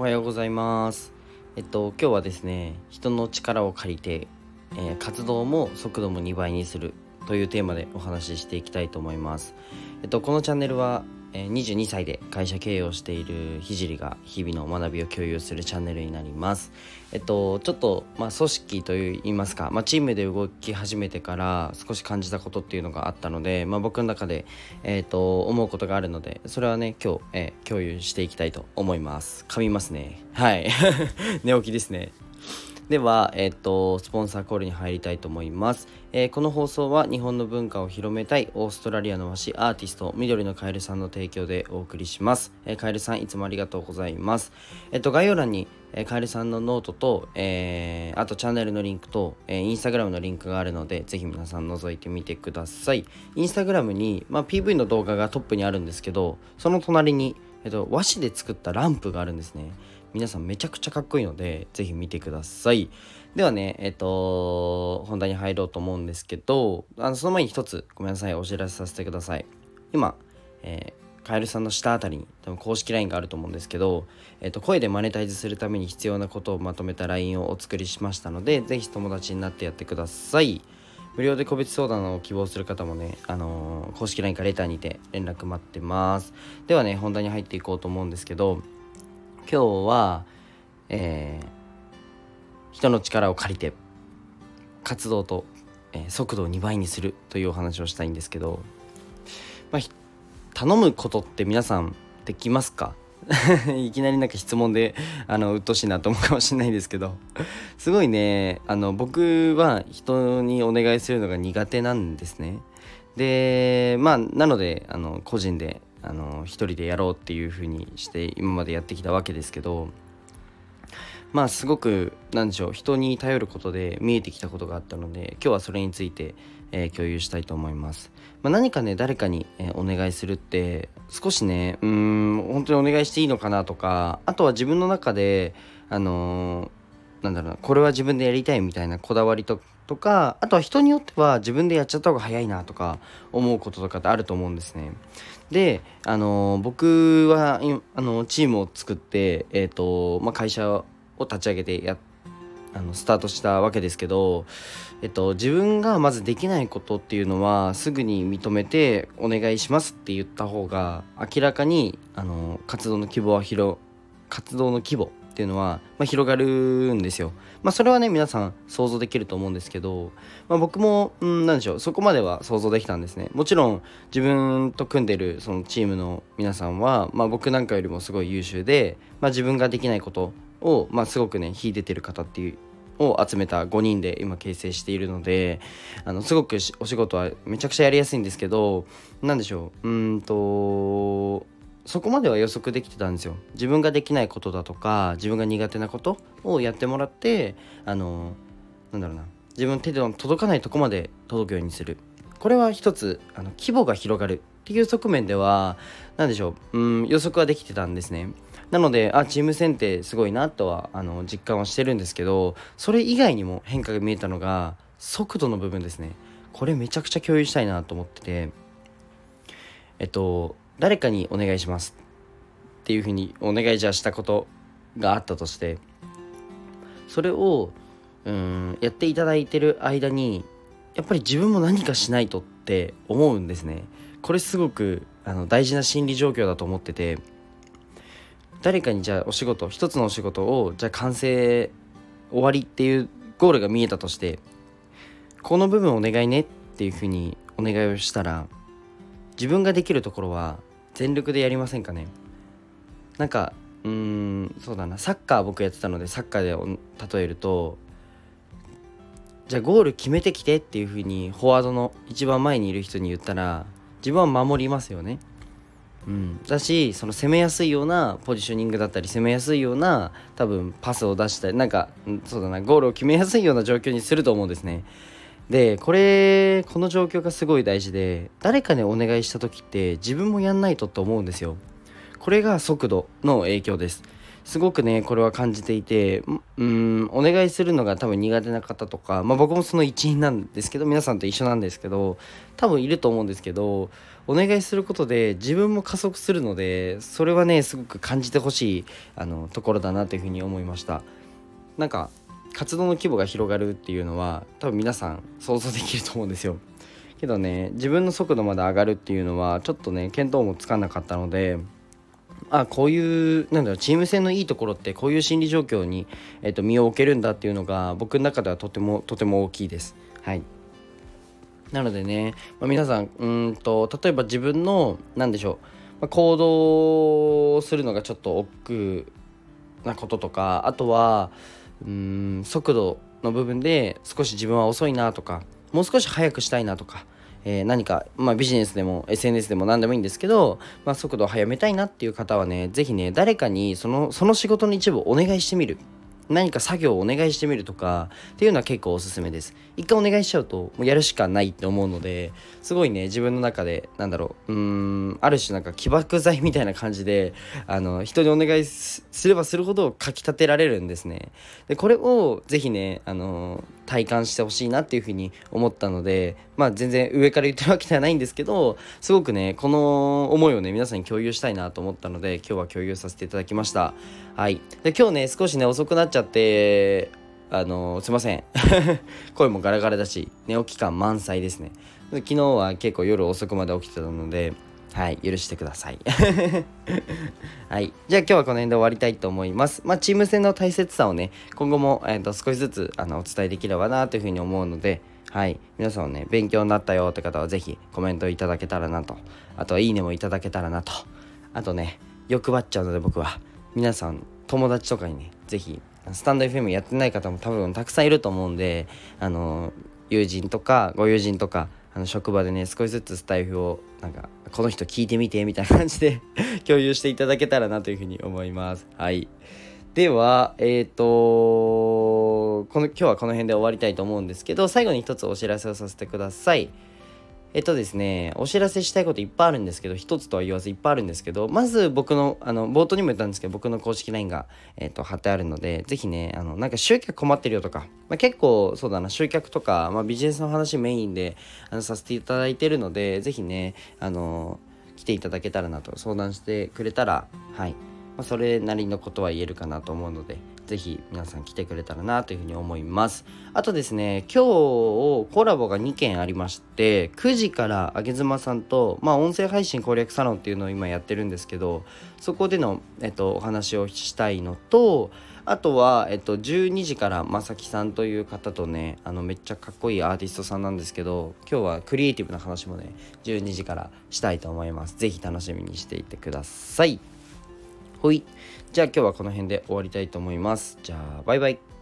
はようございます。今日はですね、人の力を借りて、活動も速度も2倍にするというテーマでお話ししていきたいと思います。このチャンネルは、22歳で会社経営をしているひじりが日々の学びを共有するチャンネルになります。ちょっと、組織といいますか、チームで動き始めてから少し感じたことっていうのがあったので、僕の中で、思うことがあるので、それはね今日、共有していきたいと思います。噛みますね。はい寝起きですね。では、スポンサーコールに入りたいと思います。この放送は日本の文化を広めたいオーストラリアの和紙アーティスト緑のカエルさんの提供でお送りします。カエルさんいつもありがとうございます。概要欄に、カエルさんのノートと、あとチャンネルのリンクと、インスタグラムのリンクがあるのでぜひ皆さん覗いてみてください。インスタグラムに、PV の動画がトップにあるんですけど、その隣に、和紙で作ったランプがあるんですね。皆さんめちゃくちゃかっこいいのでぜひ見てください。ではね本題に入ろうと思うんですけど、その前に一つごめんなさい、お知らせさせてください。今、カエルさんの下あたりに多分公式 LINE があると思うんですけど、声でマネタイズするために必要なことをまとめた LINE をお作りしましたので、ぜひ友達になってやってください。無料で個別相談を希望する方もね、公式 LINE かレターにて連絡待ってます。ではね、本題に入っていこうと思うんですけど、今日は、人の力を借りて活動と、速度を2倍にするというお話をしたいんですけど、頼むことって皆さんできますか？いきなりなんか質問で鬱陶しいなと思うかもしれないですけどすごいね、僕は人にお願いするのが苦手なんですね。でなので個人で一人でやろうっていう風にして今までやってきたわけですけど、すごくなんでしょう、人に頼ることで見えてきたことがあったので、今日はそれについて、共有したいと思います。何かね誰かに、お願いするって少しね本当にお願いしていいのかなとか、あとは自分の中でなんだろうな、これは自分でやりたいみたいなこだわりとか、あとは人によっては自分でやっちゃった方が早いなとか思うこととかってあると思うんですね。で、僕はチームを作って、会社を立ち上げてスタートしたわけですけど、自分がまずできないことっていうのはすぐに認めてお願いしますって言った方が明らかに活動の規模っていうのは、広がるんですよ。それはね皆さん想像できると思うんですけど、僕もなんでしょう、そこまでは想像できたんですね。もちろん自分と組んでるそのチームの皆さんは、僕なんかよりもすごい優秀で、自分ができないことを、すごくね秀でてる方っていうを集めた5人で今形成しているので、すごくお仕事はめちゃくちゃやりやすいんですけど、なんでしょう、そこまでは予測できてたんですよ。自分ができないことだとか自分が苦手なことをやってもらって、なんだろうな、自分の手で届かないとこまで届くようにする。これは一つ規模が広がるっていう側面ではなんでしょう、予測はできてたんですね。なのでチーム選定すごいなとは実感はしてるんですけど、それ以外にも変化が見えたのが速度の部分ですね。これめちゃくちゃ共有したいなと思ってて、誰かにお願いしますっていうふうにお願いしたことがあったとして、それをやっていただいてる間にやっぱり自分も何かしないとって思うんですね。これすごく大事な心理状況だと思ってて、誰かにじゃあ一つのお仕事をじゃあ完成終わりっていうゴールが見えたとして、この部分お願いねっていうふうにお願いをしたら、自分ができるところは全力でやりませんかね。なんかそうだな、サッカー僕やってたのでサッカーで例えると、じゃあゴール決めてきてっていう風にフォワードの一番前にいる人に言ったら自分は守りますよね。だし、その攻めやすいようなポジショニングだったり攻めやすいような多分パスを出したりそうだな、ゴールを決めやすいような状況にすると思うんですね。でこの状況がすごい大事で、誰かにお願いした時って自分もやんないとって思うんですよ。これが速度の影響です。 すごくねこれは感じていて、お願いするのが多分苦手な方とか、僕もその一員なんですけど、皆さんと一緒なんですけど、多分いると思うんですけど、お願いすることで自分も加速するので、それはねすごく感じてほしいところだなというふうに思いました。なんか活動の規模が広がるっていうのは多分皆さん想像できると思うんですよ。けどね、自分の速度まで上がるっていうのはちょっとね見当もつかなかったので、こういうチーム戦のいいところってこういう心理状況に、身を置けるんだっていうのが僕の中ではとても大きいです。はい。なのでね、皆さん例えば自分の行動するのがちょっと億劫なこととか、あとは速度の部分で少し自分は遅いなとか、もう少し速くしたいなとか、何か、ビジネスでも SNS でも何でもいいんですけど、速度を速めたいなっていう方はね、ぜひね誰かにその仕事の一部をお願いしてみる、何か作業をお願いしてみるとかっていうのは結構おすすめです。一回お願いしちゃうともうやるしかないって思うので、すごいね自分の中である種なんか起爆剤みたいな感じで人にお願いすればするほどかき立てられるんですね。でこれをぜひね体感してほしいなっていうふうに思ったので、全然上から言ってるわけではないんですけど、すごくねこの思いをね皆さんに共有したいなと思ったので、今日は共有させていただきました。はい。で今日ね少しね遅くなっちゃってすいません声もガラガラだし寝起き感満載ですね。昨日は結構夜遅くまで起きてたので、はい、許してくださいはい、じゃあ今日はこの辺で終わりたいと思います。チーム戦の大切さをね今後も、少しずつお伝えできればなというふうに思うので、はい、皆さんね勉強になったよって方はぜひコメントいただけたらなと、あとはいいねもいただけたらなと、あとね欲張っちゃうので僕は皆さん友達とかにねぜひスタンド FM やってない方も多分たくさんいると思うんで、友人とかご友人とか職場でね少しずつスタイフをこの人聞いてみてみたいな感じで共有していただけたらなというふうに思います。はい。では今日はこの辺で終わりたいと思うんですけど、最後に一つお知らせをさせてください。ですね、お知らせしたいこといっぱいあるんですけど、一つとは言わずいっぱいあるんですけど、まず僕の冒頭にも言ったんですけど、僕の公式 LINE が、貼ってあるので、ぜひね集客困ってるよとか、結構そうだな集客とか、ビジネスの話メインでさせていただいてるので、ぜひね来ていただけたらなと、相談してくれたら、はい、それなりのことは言えるかなと思うので、ぜひ皆さん来てくれたらなというふうに思います。あとですね、今日コラボが2件ありまして、9時からあげずまさんと、音声配信攻略サロンっていうのを今やってるんですけど、そこでの、お話をしたいのと、あとは、12時からまさきさんという方とねめっちゃかっこいいアーティストさんなんですけど、今日はクリエイティブな話もね12時からしたいと思います。ぜひ楽しみにしていてください。ほい。じゃあ今日はこの辺で終わりたいと思います。じゃあバイバイ。